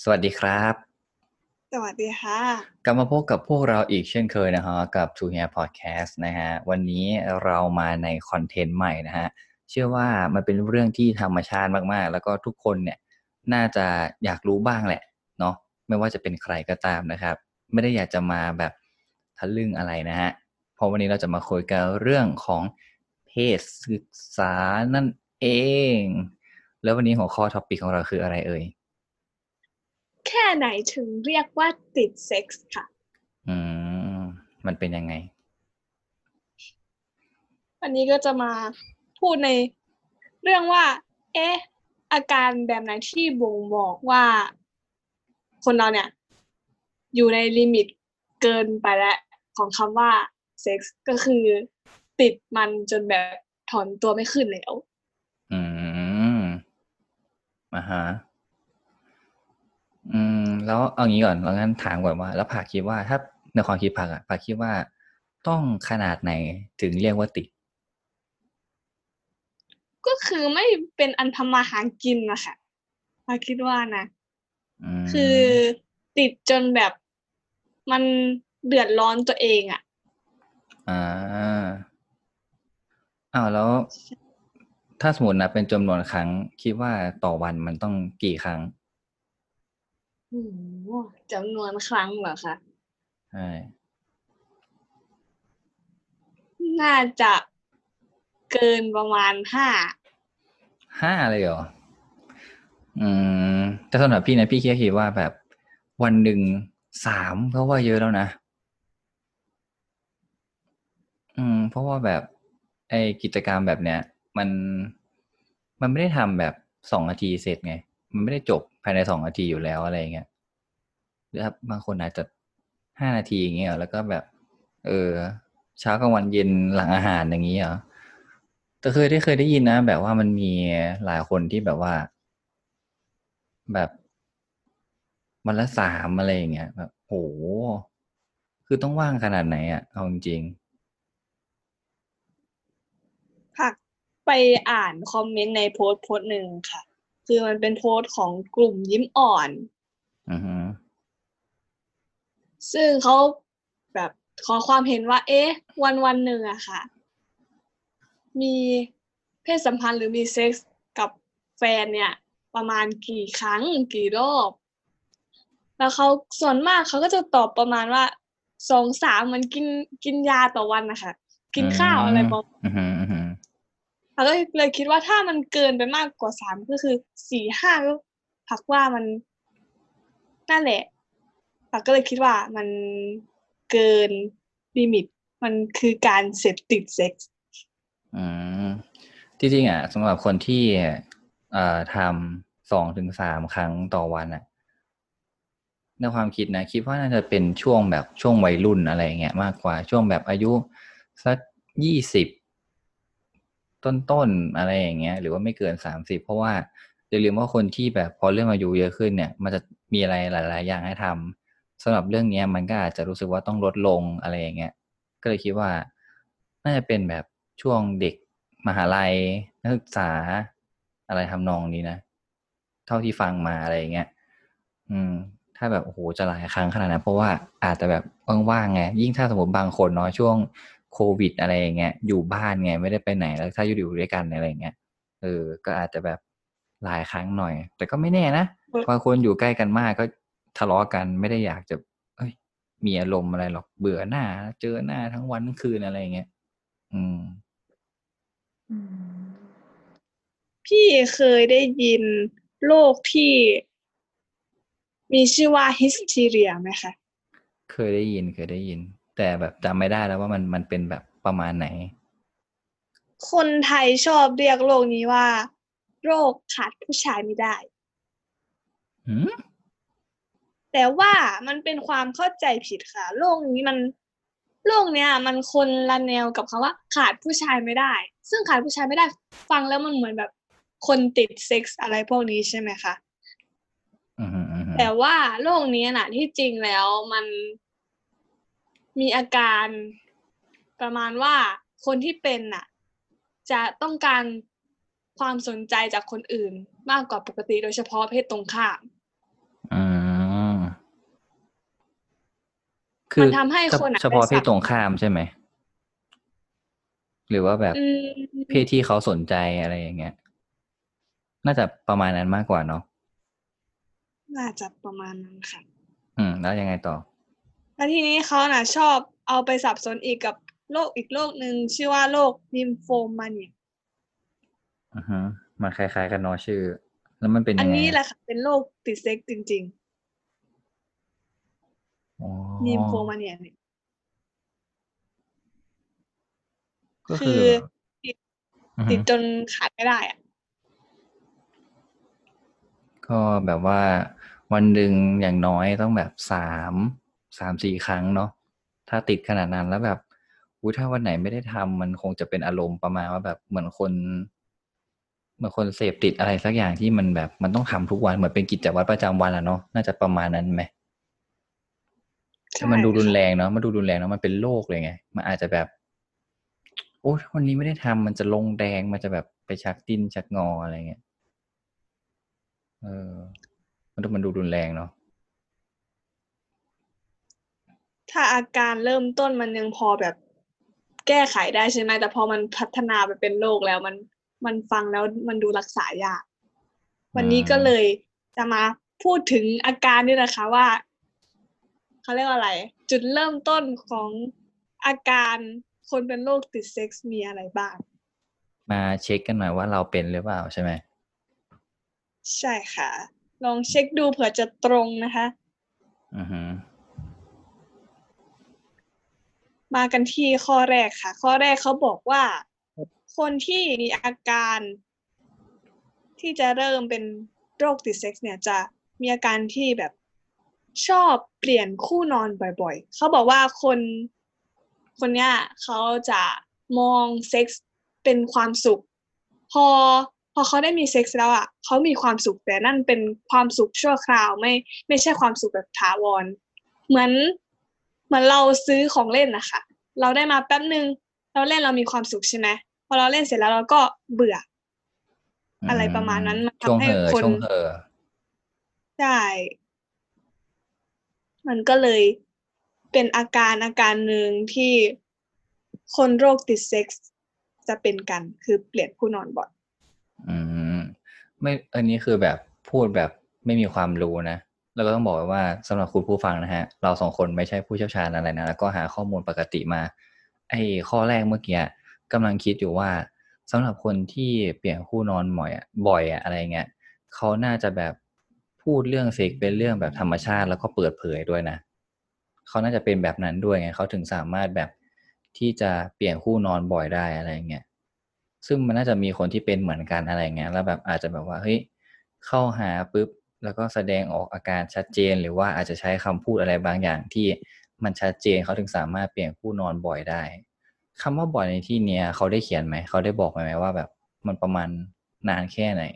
วัสดีครับสวัสดีค่ะกลับมาพบกับพวกเราอีกเช่นเคยนะฮะกับ To Hear Podcast นะฮะวันนี้เรามาในคอนเทนต์ใหม่นะฮะเชื่อว่ามันเป็นเรื่องที่ธรรมชาติมากๆแล้วก็ทุกคนเนี่ยน่าจะอยากรู้บ้างแหละเนาะไม่ว่าจะเป็นใครก็ตามนะครับไม่ได้อยากจะมาแบบทะลึ่งอะไรนะฮะเพราะวันนี้เราจะมาคุยกันเรื่องของเพศศึกษานั่นเองแล้ววันนี้หัวข้อท็อปิกของเราคืออะไรเอ่ยแค่ไหนถึงเรียกว่าติดเซ็กส์ค่ะอืมมันเป็นยังไงวันนี้ก็จะมาพูดในเรื่องว่าเอ๊ะอาการแบบไหนที่บ่งบอกว่าคนเราเนี่ยอยู่ในลิมิตเกินไปแล้วของคำว่าเซ็กส์ก็คือติดมันจนแบบถอนตัวไม่ขึ้นแล้วอืมอะฮะแล้วเอางี้ก่อนเรางั้นถามก่อนว่าแล้วผักคิดว่าถ้าในความคิดผักอะผักคิดว่าต้องขนาดไหนถึงเรียกว่าติดก็คือไม่เป็นอันทำมาหากินนะคะมาคิดว่านะอืคือมติดจนแบบมันเดือดร้อนตัวเองอ่ะอาอ้าวแล้วถ้าสมมุตินับเป็นจำนวนครั้งคิดว่าต่อวันมันต้องกี่ครั้งโอ้โหจำนวนครั้งเหรอคะใช่น่าจะเกินประมาณห้า 5เลยเหรออืแต่สำหรับพี่นะพี่แค่คิดว่าแบบวันหนึ่ง3ก็ว่าเยอะแล้วนะ เพราะว่าแบบไอ้กิจกรรมแบบเนี้ยมันมันไม่ได้ทำแบบ2 นาทีเสร็จไงมันไม่ได้จบภายใน2 นาทีอยู่แล้วอะไรอย่างเงี้ยหรือถ้าบางคนอาจจะ5 นาทีอย่างเงี้ยเหรอแล้วก็แบบเออเช้ากลางวันเย็นหลังอาหารอย่างงี้เหรอแต่เคยได้ยินนะแบบว่ามันมีหลายคนที่แบบว่าแบบวันละ3อะไรอย่างเงี้ยแบบโอ้โฮคือต้องว่างขนาดไหนอะเอาจริงค่ะไปอ่านคอมเมนต์ในโพสต์หนึ่งค่ะคือมันเป็นโพสต์ของกลุ่มยิ้มอ่อนๆอือฮึซึ่งเขาแบบขอความเห็นว่าเอ๊ะวันหนึ่งอะค่ะมีเพศสัมพันธ์หรือมีเซ็กส์กับแฟนเนี่ยประมาณกี่ครั้งกี่รอบแล้วเขาส่วนมากเขาก็จะตอบประมาณว่า2-3เหมือนกินยาต่อวันนะคะกิอืนข้าวอะไรมประมาณอือฮึๆเราก็เลยคิดว่าถ้ามันเกินไปมากกว่า3ก็คือ4-5ก็ผักว่ามันนั่นแหละผักก็เลยคิดว่ามันเกินลิมิตมันคือการเสพติดเซ็กส์อืมจริงๆอะสำหรับคนที่ทำ2-3 ครั้งต่อวันอะในความคิดนะคิดว่าน่าจะเป็นช่วงแบบช่วงวัยรุ่นอะไรอย่างเงี้ยมากกว่าช่วงแบบอายุสัก20ต้นๆอะไรอย่างเงี้ยหรือว่าไม่เกิน30เพราะว่าอย่าลืมว่าคนที่แบบพอเริ่มอายุเยอะขึ้นเนี่ยมันจะมีอะไรหลายๆอย่างให้ทำสำหรับเรื่องเนี้ยมันก็อาจจะรู้สึกว่าต้องลดลงอะไรอย่างเงี้ย ก็เลยคิดว่าน่าจะเป็นแบบช่วงเด็กมหาลัยนักศึกษาอะไรทำนองนี้นะเท่าที่ฟังมาอะไรอย่างเงี้ยอืมถ้าแบบโอ้โหจะหลายครั้งขนาดนั้นเพราะว่าอาจจะแบบว่างๆไงยิ่งถ้าสมมติบางคนเนาะช่วงโควิดอะไรอย่างเงี้ยอยู่บ้านไงไม่ได้ไปไหนแล้วถ้าอยู่ด้วยกันอะไรอย่างเงี้ยก็อาจจะแบบหลายครั้งหน่อยแต่ก็ไม่แน่นะบางคนอยู่ใกล้กันมากก็ทะเลาะกันไม่ได้อยากจะเอ้ย มีอารมณ์อะไรหรอกเบื่อหน้าเจอหน้าทั้งวันทั้งคืนอะไรอย่างเงี้ยอืมอืมพี่เคยได้ยินโรคที่มีชื่อว่าฮิสทีเรียไหมคะเคยได้ยินแต่แบบจำไม่ได้แล้วว่ามันเป็นแบบประมาณไหนคนไทยชอบเรียกโรคนี้ว่าโรคขาดผู้ชายไม่ได้หืมแต่ว่ามันเป็นความเข้าใจผิดค่ะโลกเนี้ยมันคนละแนวกับคำว่าขาดผู้ชายไม่ได้ซึ่งขาดผู้ชายไม่ได้ฟังแล้วมันเหมือนแบบคนติดเซ็กส์อะไรพวกนี้ใช่ไหมคะอือฮึอือฮึแต่ว่าโรคนี้น่ะที่จริงแล้วมันมีอาการประมาณว่าคนที่เป็นน่ะจะต้องการความสนใจจากคนอื่นมากกว่าปกติโดยเฉพาะเพศตรงข้ามคือมันทำให้คนเฉพาะเพไปสับศตรงข้ามใช่ไหมหรือว่าแบบอืเพศมที่เขาสนใจอะไรอย่างเงี้ยน่าจะประมาณนั้นมากกว่าเนาะน่าจะประมาณนั้นค่ะแล้วยังไงต่อแล้วทีนี้เขาน่ะชอบเอาไปสับสนอีกกับโรคอีกโรคหนึ่งชื่อว่าโรคนิมโฟมาเนียอือฮึมันคล้ายๆกันเนาะชื่อแล้วมันเป็นอันยังไงอะนี้แหละค่ะเป็นโรคติดเซ็กจริงอ๋อๆนิมโฟมาเนียเนี่ยก็คือคือติดอือฮึติดจนขาดไม่ได้อะก็แบบว่าวันหนึ่งอย่างน้อยต้องแบบ3-4ครั้งเนาะถ้าติดขนาดนั้นแล้วแบบถ้าวันไหนไม่ได้ทำมันคงจะเป็นอารมณ์ประมาณว่าแบบเหมือนคนเสพติดอะไรสักอย่างที่มันแบบมันต้องทำทุกวันเหมือนเป็นกิจวัตรประจำวันอะเนาะน่าจะประมาณนั้นไหมแต่ใช่มันดูรุนค่ะแรงเนาะมันเป็นโรคเลยไงมันอาจจะแบบถ้าวันนี้ไม่ได้ทำมันจะลงแดงมันจะแบบไปชักดิ้นชักงออะไรเงี้ยเออมันดูรุนแรงเนาะถ้าอาการเริ่มต้นมันยังพอแบบแก้ไขได้ใช่ไหมแต่พอมันพัฒนาไปเป็นโรคแล้วมันฟังแล้วมันดูรักษายากอืวันนี้ก็เลยมจะมาพูดถึงอาการนี่นะคะว่าเขาเรียกว่าอะไรจุดเริ่มต้นของอาการคนเป็นโรคติดเซ็กซ์มีอะไรบ้างมาเช็คกันหน่อยว่าเราเป็นหรือเปล่าใช่ไหมใช่ค่ะลองเช็คดูเผื่อจะตรงนะคะอือฮึมากันที่ข้อแรกค่ะข้อแรกเขาบอกว่าคนที่มีอาการที่จะเริ่มเป็นโรคติดเซ็กซ์เนี่ยจะมีอาการที่แบบชอบเปลี่ยนคู่นอนบ่อยๆเขาบอกว่าคนเนี้ยเขาจะมองเซ็กส์เป็นความสุขพอพอเขาได้มีเซ็กส์แล้วอ่ะเขามีความสุขแต่นั่นเป็นความสุขชั่วคราวไม่ใช่ความสุขแบบถาวรเหมือนเหมือนเราซื้อของเล่นนะคะเราได้มาแป๊บนึงเราเล่นเรามีความสุขใช่ไหมพอเราเล่นเสร็จแล้วเราก็เบื่ออือะไรประมาณมนั้นมันทำให้ช่วงเห่อคนช่วงเห่อได้มันก็เลยเป็นอาการหนึ่งที่คนโรคติดเซ็กส์จะเป็นกันคือเปลี่ยนผู้นอนบ่อยอืมไม่อันนี้คือแบบพูดแบบไม่มีความรู้นะแล้วก็ต้องบอกว่าสำหรับคุณผู้ฟังนะฮะเราสองคนไม่ใช่ผู้เชี่ยวชาญอะไรนะแล้วก็หาข้อมูลปกติมาไอ้ข้อแรกเมื่อกี้กำลังคิดอยู่ว่าสำหรับคนที่เปลี่ยนคู่นอนบ่อยอะไรเงี้ยเขาน่าจะแบบพูดเรื่องเซ็กเป็นเรื่องแบบธรรมชาติแล้วก็เปิดเผยด้วยนะเขาน่าจะเป็นแบบนั้นด้วยไงเขาถึงสามารถแบบที่จะเปลี่ยนคู่นอนบ่อยได้อะไรเงี้ย ซึ่งมันน่าจะมีคนที่เป็นเหมือนกันอะไรเงี้ยแล้วแบบอาจจะแบบว่าเฮ้ยเข้าหาปุ๊บแล้วก็แสดงออกอาการชัดเจนหรือว่าอาจจะใช้คำพูดอะไรบางอย่างที่มันชัดเจนเขาถึงสามารถเปลี่ยนคู่นอนบ่อยได้คำว่าบ่อยในที่เนี้ยเขาได้เขียนไหมเขาได้บอกไหมว่าแบบมันประมาณนานแค่ไหน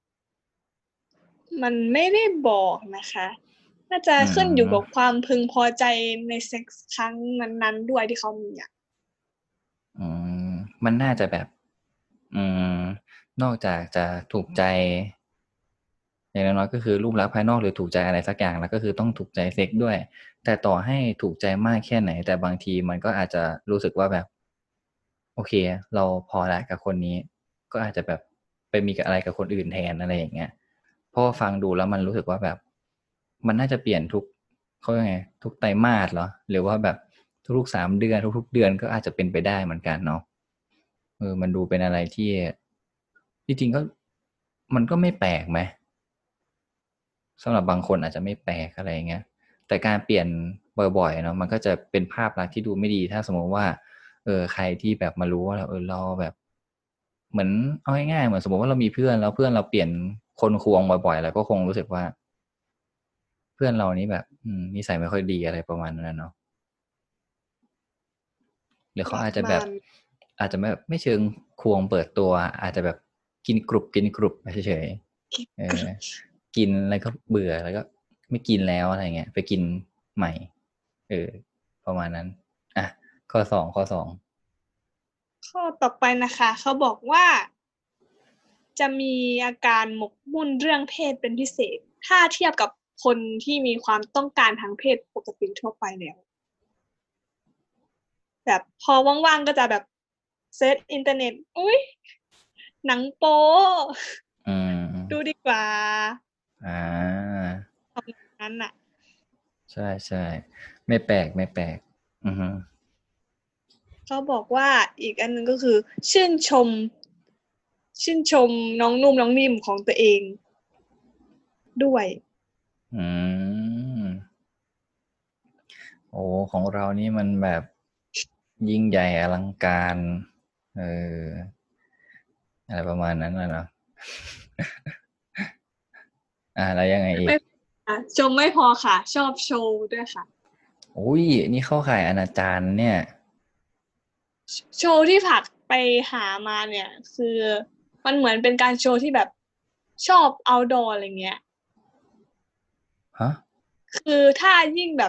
มันไม่ได้บอกนะคะน่าจะอืขึ้นอยู่กับมความพึงพอใจในเซ็กส์ครั้งนั้นๆด้วยที่เขามีอ่ะอืมมันน่าจะแบบอืมนอกจากจะถูกใจ อย่างน้อยๆก็คือรูปลักษณ์ภายนอกหรือถูกใจอะไรสักอย่างแล้วก็คือต้องถูกใจเซ็กด้วยแต่ต่อให้ถูกใจมากแค่ไหนแต่บางทีมันก็อาจจะรู้สึกว่าแบบโอเคเราพอแล้วกับคนนี้ก็อาจจะแบบไปมีกับอะไรกับคนอื่นแทนอะไรอย่างเงี้ยเพราะว่าฟังดูแล้วมันรู้สึกว่าแบบมันน่าจะเปลี่ยนทุกเขาเรียกไงทุกไตรมาสเหรอหรือว่าแบบทุกๆ3 เดือนทุกๆเดือนก็อาจจะเป็นไปได้เหมือนกันเนาะมันดูเป็นอะไรที่จริงๆก็มันก็ไม่แปลกไหม สำหรับบางคนอาจจะไม่แปลกอะไรอย่างเงี้ยแต่การเปลี่ยนบ่อยๆเนาะมันก็จะเป็นภาพลักษณ์ที่ดูไม่ดีถ้าสมมติว่าใครที่แบบมารู้ว่าเราแบบเหมือนเอาง่ายๆเหมือนสมมติว่าเรามีเพื่อนแล้วเพื่อนเราเปลี่ยนคนควงบ่อยๆแล้วก็คงรู้สึกว่าเพื่อนเรานี้แบบนิสัยไม่ค่อยดีอะไรประมาณนั้นเนาะหรือประเขาอาจจะแบบมาณอาจจะไม่เชิงควงเปิดตัวอาจจะแบบกินกรุบไปเฉยๆกินแล้วก็เบื่อแล้วก็ไม่กินแล้วอะไรเงี้ยไปกินใหม่เออประมาณนั้นอ่ะข้อ 2 ข้อต่อไปนะคะเขาบอกว่าจะมีอาการหมกมุ่นเรื่องเพศเป็นพิเศษถ้าเทียบกับคนที่มีความต้องการทางเพศปกติทั่วไปแล้วแบบพอว่างๆก็จะแบบเซิร์ชอินเทอร์เน็ตอุ้ยหนังโป๊อืดูมดีกว่าอ่านั้นน่ะใช่ใช่ไม่แปลกไม่แปลกอือฮึเขาบอกว่าอีกอันหนึงก็คือชื่นชมชื่นชมน้องนุ่มน้องนิ่มของตัวเองด้วยอืมโอ้ของเรานี่มันแบบยิ่งใหญ่อลังการเอออะไรประมาณนั้นนะเนาะแล้วยังไงอีกไม่ชมไม่พอค่ะชอบโชว์ด้วยค่ะอุ้ยนี่เข้าข่ายอนาจารเนี่ยโชว์ที่ผักไปหามาเนี่ยคือมันเหมือนเป็นการโชว์ที่แบบชอบ outdoor อะไรเงี้ยฮะคือถ้ายิ่งแบบ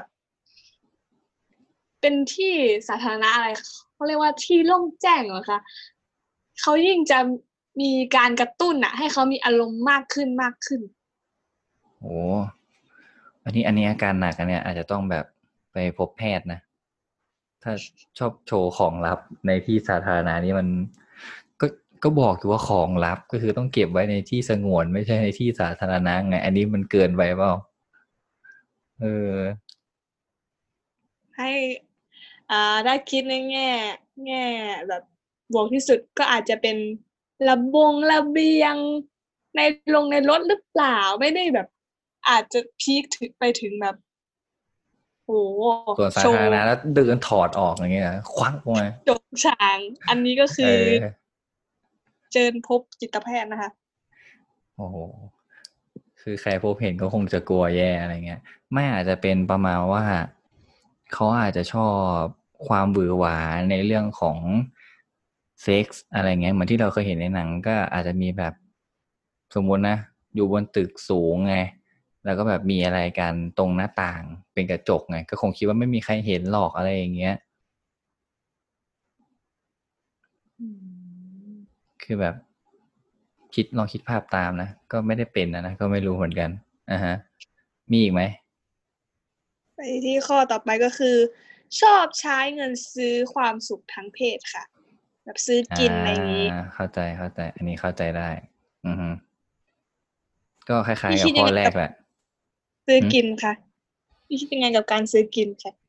เป็นที่สาธารณะอะไรเขาเรียกว่าที่โล่งแจ้งเหรอคะเขายิ่งจะมีการกระตุ้นอะให้เขามีอารมณ์มากขึ้นมากขึ้นโอ้อันนี้อาการหนักอันเนี้ยอาจจะต้องแบบไปพบแพทย์นะ ถ้าชอบโชว์ของลับในที่สาธารณะนี่มันก็ก็บอกอยู่ว่าของลับก็คือต้องเก็บไว้ในที่สงวนไม่ใช่ในที่สาธารณะไงอันนี้มันเกินไปเปล่าเออให้ได้คิดในแง่แบบบวกที่สุดก็อาจจะเป็นระเบียงในในรถหรือเปล่าไม่ได้แบบอาจจะพีคถึงไปถึงแบบโหส่วนโชว์สาธารณะแล้วเดินถอดออกอย่างเงี้ยควักออกมาโจงฉางอันนี้ก็เอคืออเจิญพบจิตแพทย์นะคะโอ้โหคือใครพบเห็นก็คงจะกลัวแย่อะไรเงี้ยไม่อาจจะเป็นประมาณว่าเขาอาจจะชอบความหวือหวาในเรื่องของเซ็กส์อะไรเงี้ยเหมือนที่เราเคยเห็นในหนังก็อาจจะมีแบบสมมุตินะอยู่บนตึกสูงไงแล้วก็แบบมีอะไรกันตรงหน้าต่างเป็นกระจกไงก็คงคิดว่าไม่มีใครเห็นหรอกอะไรอย่างเงี้ยอืมคือแบบลองคิดภาพตามนะก็ไม่ได้เป็นนะก็ไม่รู้เหมือนกันฮะมีอีกไหมไปที่ข้อต่อไปก็คือชอบใช้เงินซื้อความสุขทางเพศค่ะแบบซื้ออ่กินอะไรอย่างนี้เข้าใจเข้าใจอันนี้เข้าใจได้อือฮึก็คล้ายพี่ๆกับข้คิดยังไงกับอแรกแหละซื้อหึกินคะพี่คิดยังไงกับการซื้อกินคะ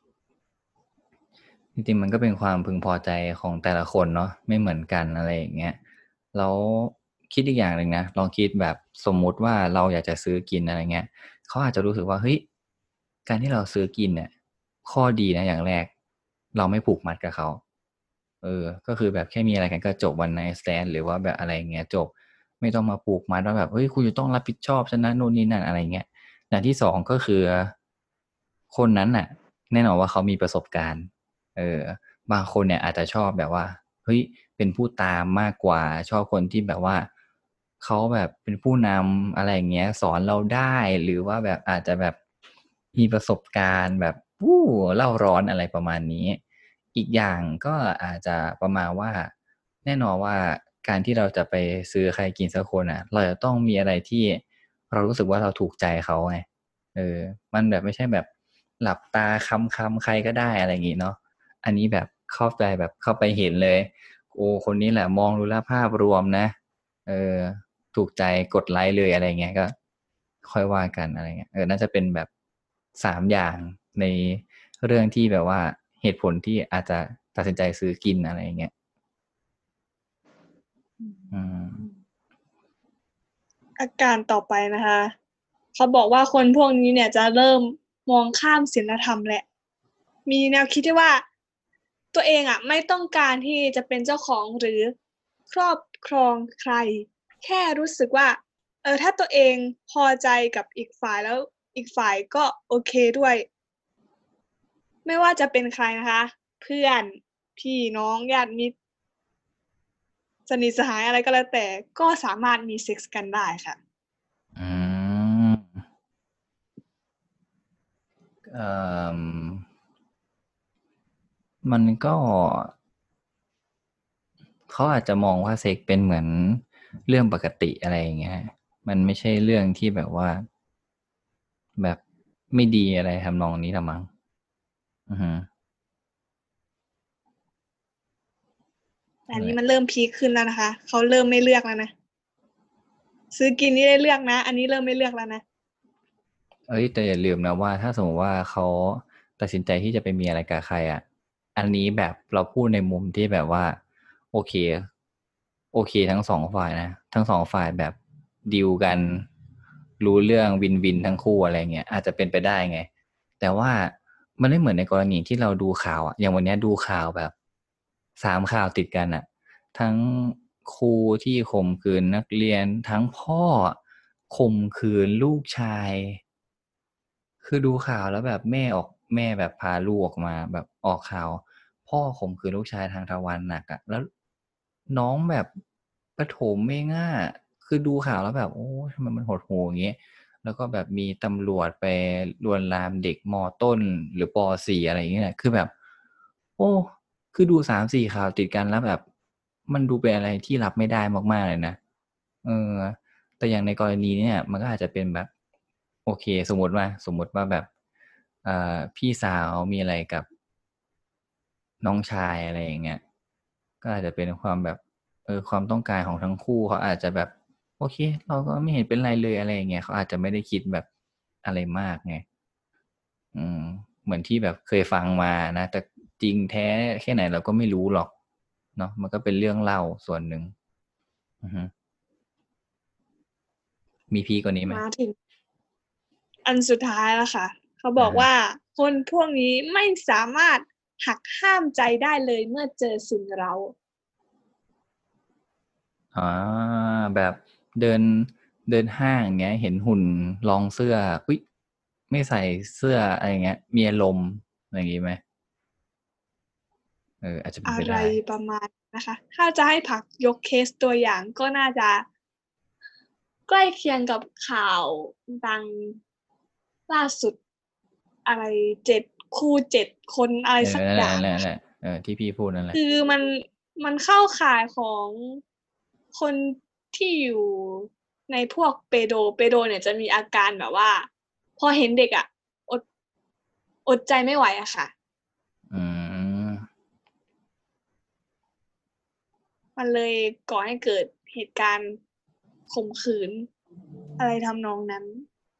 จริงๆมันก็เป็นความพึงพอใจของแต่ละคนเนาะไม่เหมือนกันอะไรอย่างเงี้ยแล้วคิดอีกอย่างหนึ่งนะลองคิดแบบสมมุติว่าเราอยากจะซื้อกินอะไรเงี้ยเขาอาจจะรู้สึกว่าเฮ้ยการที่เราซื้อกินเนี่ยข้อดีนะอย่างแรกเราไม่ผูกมัดกับเขาก็คือแบบแค่มีอะไรกันก็จบ one night stand หรือว่าแบบอะไรอย่างเงี้ยจบไม่ต้องมาผูกมัดว่าแบบเฮ้ยคุณจะต้องรับผิดชอบฉันนะนู่นนี่นั่นอะไรเงี้ย อย่างที่สองก็คือคนนั้นน่ะแน่นอนว่าเขามีประสบการณ์เออบางคนเนี่ยอาจจะชอบแบบว่าเฮ้ยเป็นผู้ตามมากกว่าชอบคนที่แบบว่าเขาแบบเป็นผู้นำอะไรอย่างเงี้ยสอนเราได้หรือว่าแบบอาจจะแบบมีประสบการณ์แบบเล่าร้อนอะไรประมาณนี้อีกอย่างก็อาจจะประมาณว่าแน่นอนว่าการที่เราจะไปซื้อใครกินสักคนอ่ะเราจะต้องมีอะไรที่เรารู้สึกว่าเราถูกใจเขาไง มันแบบไม่ใช่แบบหลับตาคำใครก็ได้อะไรอย่างงี้เนาะอันนี้แบบเข้าไปแบบเข้าไปเห็นเลยโอ้คนนี้แหละมองดูแลวภาพรวมนะเออถูกใจกดไลค์เลยอะไรเงี้ยก็ค่อยว่ากันอะไรเงี้ยน่าจะเป็นแบบ3อย่างในเรื่องที่แบบว่าเหตุผลที่อาจจะตัดสินใจซื้อกินอะไรอย่างเงี้ยอืมอาการต่อไปนะคะเขาบอกว่าคนพวกนี้เนี่ยจะเริ่มมองข้ามศีลธรรมแหละมีแนวคิดที่ว่าตัวเองอ่ะไม่ต้องการที่จะเป็นเจ้าของหรือครอบครองใครแค่รู้สึกว่าถ้าตัวเองพอใจกับอีกฝ่ายแล้วอีกฝ่ายก็โอเคด้วย ไม่ว่าจะเป็นใครนะคะเพื่อนพี่น้องญาติมิตรสนิทสหายอะไรก็แล้วแต่ก็สามารถมีเซ็กส์กันได้ค่ะอืมเอ่อมันก็เขาอาจจะมองว่าเซ็กเป็นเหมือนเรื่องปกติอะไรอย่างเงี้ยมันไม่ใช่เรื่องที่แบบว่าแบบไม่ดีอะไรทำนองนี้ละมั้งอือฮึแต่อันนี้มันเริ่มพีคขึ้นแล้วนะคะเขาเริ่มไม่เลือกแล้วนะซื้อกินนี่ได้เลือกนะอันนี้เริ่มไม่เลือกแล้วนะแต่อย่าลืมนะว่าถ้าสมมติว่าเขาตัดสินใจที่จะไปมีอะไรกับใครอ่ะอันนี้แบบเราพูดในมุมที่แบบว่าโอเคทั้งสองฝ่ายนะทั้งสองฝ่ายแบบดีลกันรู้เรื่องวินวินทั้งคู่อะไรเงี้ยอาจจะเป็นไปได้ไงแต่ว่ามันไม่เหมือนในกรณีที่เราดูข่าวอ่ะอย่างวันนี้ดูข่าวแบบ3 ข่าวติดกันอ่ะทั้งครูที่ข่มขืนนักเรียนทั้งพ่อข่มขืนลูกชายคือดูข่าวแล้วแบบแม่แบบพาลูกออกมาแบบออกข่าวพ่อข่มขืนลูกชายทางทวารหนักอ่ะแล้วน้องแบบประถมเองอ่ะคือดูข่าวแล้วแบบโอ้ทำไมมันหดหู่อย่างเงี้ยแล้วก็แบบมีตำรวจไปลวนลามเด็กม.ต้นหรือป.4อะไรอย่างเงี้ยคือแบบโอ้คือดู3-4 ข่าวติดกันแล้วแบบมันดูเป็นอะไรที่รับไม่ได้มากๆเลยนะเออ แต่อย่างในกรณีเนี่ยมันก็อาจจะเป็นแบบโอเคสมมติว่าแบบพี่สาวมีอะไรกับน้องชายอะไรอย่างเงี้ยก็อาจจะเป็นความแบบความต้องการของทั้งคู่เขาอาจจะแบบโอเคเราก็ไม่เห็นเป็นไรเลยอะไรอย่างเงี้ยเขาอาจจะไม่ได้คิดแบบอะไรมากไงอืมเหมือนที่แบบเคยฟังมานะแต่จริงแท้แค่ไหนเราก็ไม่รู้หรอกเนาะมันก็เป็นเรื่องเล่าส่วนหนึ่งอือฮึมีพีกว่านี้ไหมมาถึงอันสุดท้ายแล้วค่ะเขาบอ่าอกว่าคนพวกนี้ไม่สามารถหักห้ามใจได้เลยเมื่อเจอสิ่งเร้าอ่าแบบเดินเดินห้างอย่างเงี้ยเห็นหุ่นลองเสื้ออุ๊ยไม่ใส่เสื้ออะไรเงี้ยมีอารมณ์อะไรอย่างงี้ไหมอาจจะเป็นอะไรไปได้ประมาณนะคะถ้าจะให้ผักยกเคสตัวอย่างก็น่าจะใกล้เคียงกับข่าวดังล่าสุดอะไร7 คู่ 7 คนอะไรสักนั่นแหอย่างอะละนั่นแหละที่พี่พูดนั่นแหละคือมันเข้าข่ายของคนที่อยู่ในพวกเปโดเนี่ยจะมีอาการแบบว่าพอเห็นเด็กอ่ะอดอดใจไม่ไหวอะค่ะอืมมันเลยก่อให้เกิดเหตุการณ์ข่มขืนอะไรทำนองนั้น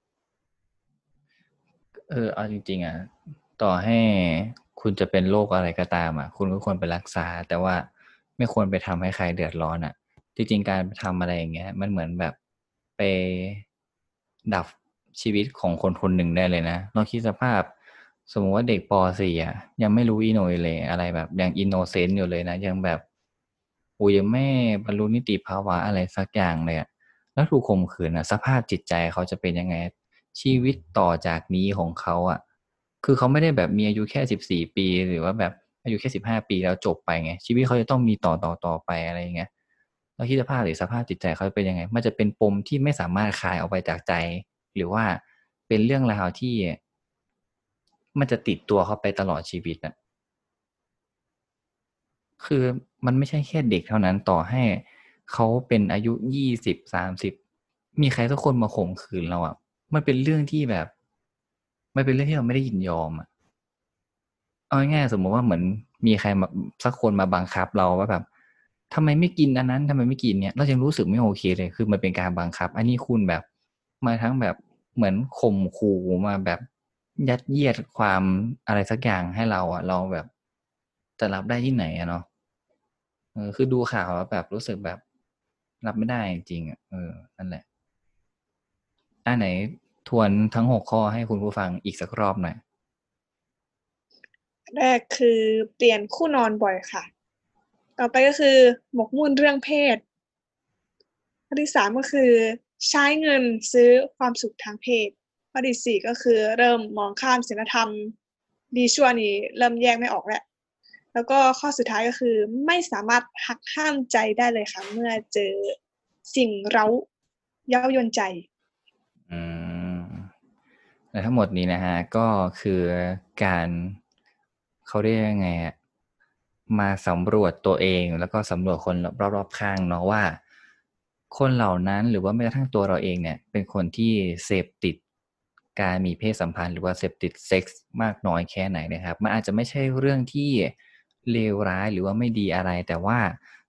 เอาจริงๆอ่ะต่อให้คุณจะเป็นโรคอะไรก็ตามอ่ะคุณก็ควรไปรักษาแต่ว่าไม่ควรไปทำให้ใครเดือดร้อนอ่ะจริงๆการทำอะไรอย่างเงี้ยมันเหมือนแบบไปดับชีวิตของคนคนหนึ่งได้เลยนะลองคิดสภาพสมมติว่าเด็กป .4 อ่ะยังไม่รู้อีโหนยเลยอะไรแบบยังอินโนเซนต์อยู่เลยนะยังแบบโอ้ยังไม่บรรลุนิติภาวะอะไรสักอย่างเลยอ่ะแล้วถูกข่มขืนอ่ะสภาพจิตใจเขาจะเป็นยังไง ชีวิตต่อจากนี้ของเขาอ่ะคือเขาไม่ได้แบบมีอายุแค่14 ปีหรือว่าแบบอายุแค่15 ปีแล้วจบไปไงชีวิตเขาจะต้องมีต่อไปอะไรอย่างเงี้ยแล้วคิดสภาพหรือสภาพจิตใจเขาเป็นยังไงมันจะเป็นปมที่ไม่สามารถคลายออกไปจากใจหรือว่าเป็นเรื่องราวที่มันจะติดตัวเขาไปตลอดชีวิตอ่ะคือมันไม่ใช่แค่เด็กเท่านั้นต่อให้เขาเป็นอายุ20-30มีใครสักคนมาข่มขืนเราอ่ะมันเป็นเรื่องที่แบบมันเป็นเรื่องที่เราไม่ได้ยินยอมอ่ะ เอาง่ายๆสมมติว่าเหมือนมีใครมาสักคนมาบังคับเราว่าแบบทำไมไม่กินอันนั้นทำไมไม่กินเนี่ยเรายังรู้สึกไม่โอเคเลยคือมันเป็นการบังคับอันนี้คุณแบบมาทั้งแบบเหมือนข่มขู่มาแบบยัดเยียดความอะไรสักอย่างให้เราอ่ะเราแบบจะรับได้ที่ไหนอะเนาะคือดูข่าวแล้วแบบรู้สึกแบบรับไม่ได้จริงๆอ่ะนั่นแหละไหนทวนทั้ง6 ข้อให้คุณผู้ฟังอีกสักรอบหน่อยแรกคือเปลี่ยนคู่นอนบ่อยค่ะต่อไปก็คือหมกมุ่นเรื่องเพศข้อที่3ก็คือใช้เงินซื้อความสุขทางเพศข้อที่4ก็คือเริ่มมองข้ามศีลธรรมดีชั่วนี่เริ่มแยกไม่ออกแล้วก็ข้อสุดท้ายก็คือไม่สามารถหักห้ามใจได้เลยค่ะเมื่อเจอสิ่งเร้าเย้ายวนใจอืม และทั้งหมดนี้นะฮะก็คือการเขาเรียกยังไงอะมาสำรวจตัวเองแล้วก็สำรวจคนรอบๆข้างเนาะว่าคนเหล่านั้นหรือว่าแม้กระทั่งตัวเราเองเนี่ยเป็นคนที่เสพติดการมีเพศสัมพันธ์หรือว่าเสพติดเซ็กส์มากน้อยแค่ไหนนะครับมันอาจจะไม่ใช่เรื่องที่เลวร้ายหรือว่าไม่ดีอะไรแต่ว่า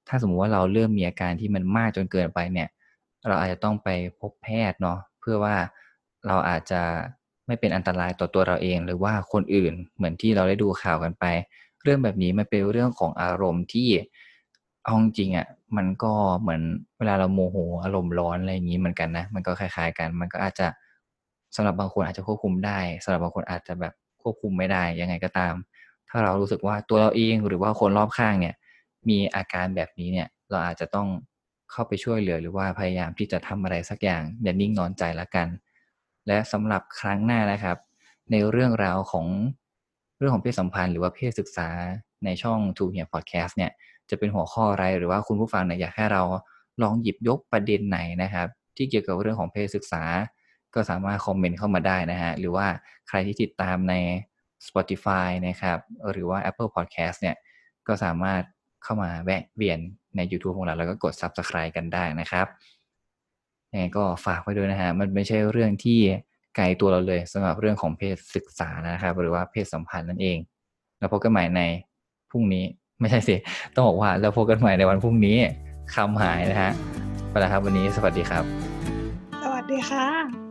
ถ้าสมมุติว่าเราเริ่มมีอาการที่มันมากจนเกินไปเนี่ยเราอาจจะต้องไปพบแพทย์เนาะเพื่อว่าเราอาจจะไม่เป็นอันตรายต่อตัวเราเองหรือว่าคนอื่นเหมือนที่เราได้ดูข่าวกันไปเรื่องแบบนี้มันเป็นเรื่องของอารมณ์ที่เอาจริงๆอ่ะมันก็เหมือนเวลาเราโมโหอารมณ์ร้อนอะไรอย่างนี้เหมือนกันนะมันก็คล้ายๆกันมันก็อาจจะสำหรับบางคนอาจจะควบคุมได้สำหรับบางคนอาจจะแบบควบคุมไม่ได้ยังไงก็ตามถ้าเรารู้สึกว่าตัวเราเองหรือว่าคนรอบข้างเนี่ยมีอาการแบบนี้เนี่ยเราอาจจะต้องเข้าไปช่วยเหลือหรือว่าพยายามที่จะทำอะไรสักอย่างอย่านิ่งนอนใจละกันและสำหรับครั้งหน้านะครับในเรื่องราวของเพศสัมพันธ์หรือว่าเพศศึกษาในช่อง To Hear Podcast เนี่ยจะเป็นหัวข้ออะไรหรือว่าคุณผู้ฟังเนี่ยอยากให้เราลองหยิบยกประเด็นไหนนะครับที่เกี่ยวกับเรื่องของเพศศึกษาก็สามารถคอมเมนต์เข้ามาได้นะฮะหรือว่าใครที่ติดตามใน Spotify นะครับหรือว่า Apple Podcast เนี่ยก็สามารถเข้ามาแวะเวียนใน YouTube ของเราแล้วก็กด Subscribe กันได้นะครับยังไงก็ฝากไว้ด้วยนะฮะมันไม่ใช่เรื่องที่ไกลตัวเราเลยสำหรับเรื่องของเพศศึกษานะครับหรือว่าเพศสัมพันธ์นั่นเองแล้วพบกันใหม่ในพรุ่งนี้ไม่ใช่สิต้องบอกว่าแล้วพบกันใหม่ในวันพรุ่งนี้คำหายนะฮะไปแล้วครับวันนี้สวัสดีครับสวัสดีค่ะ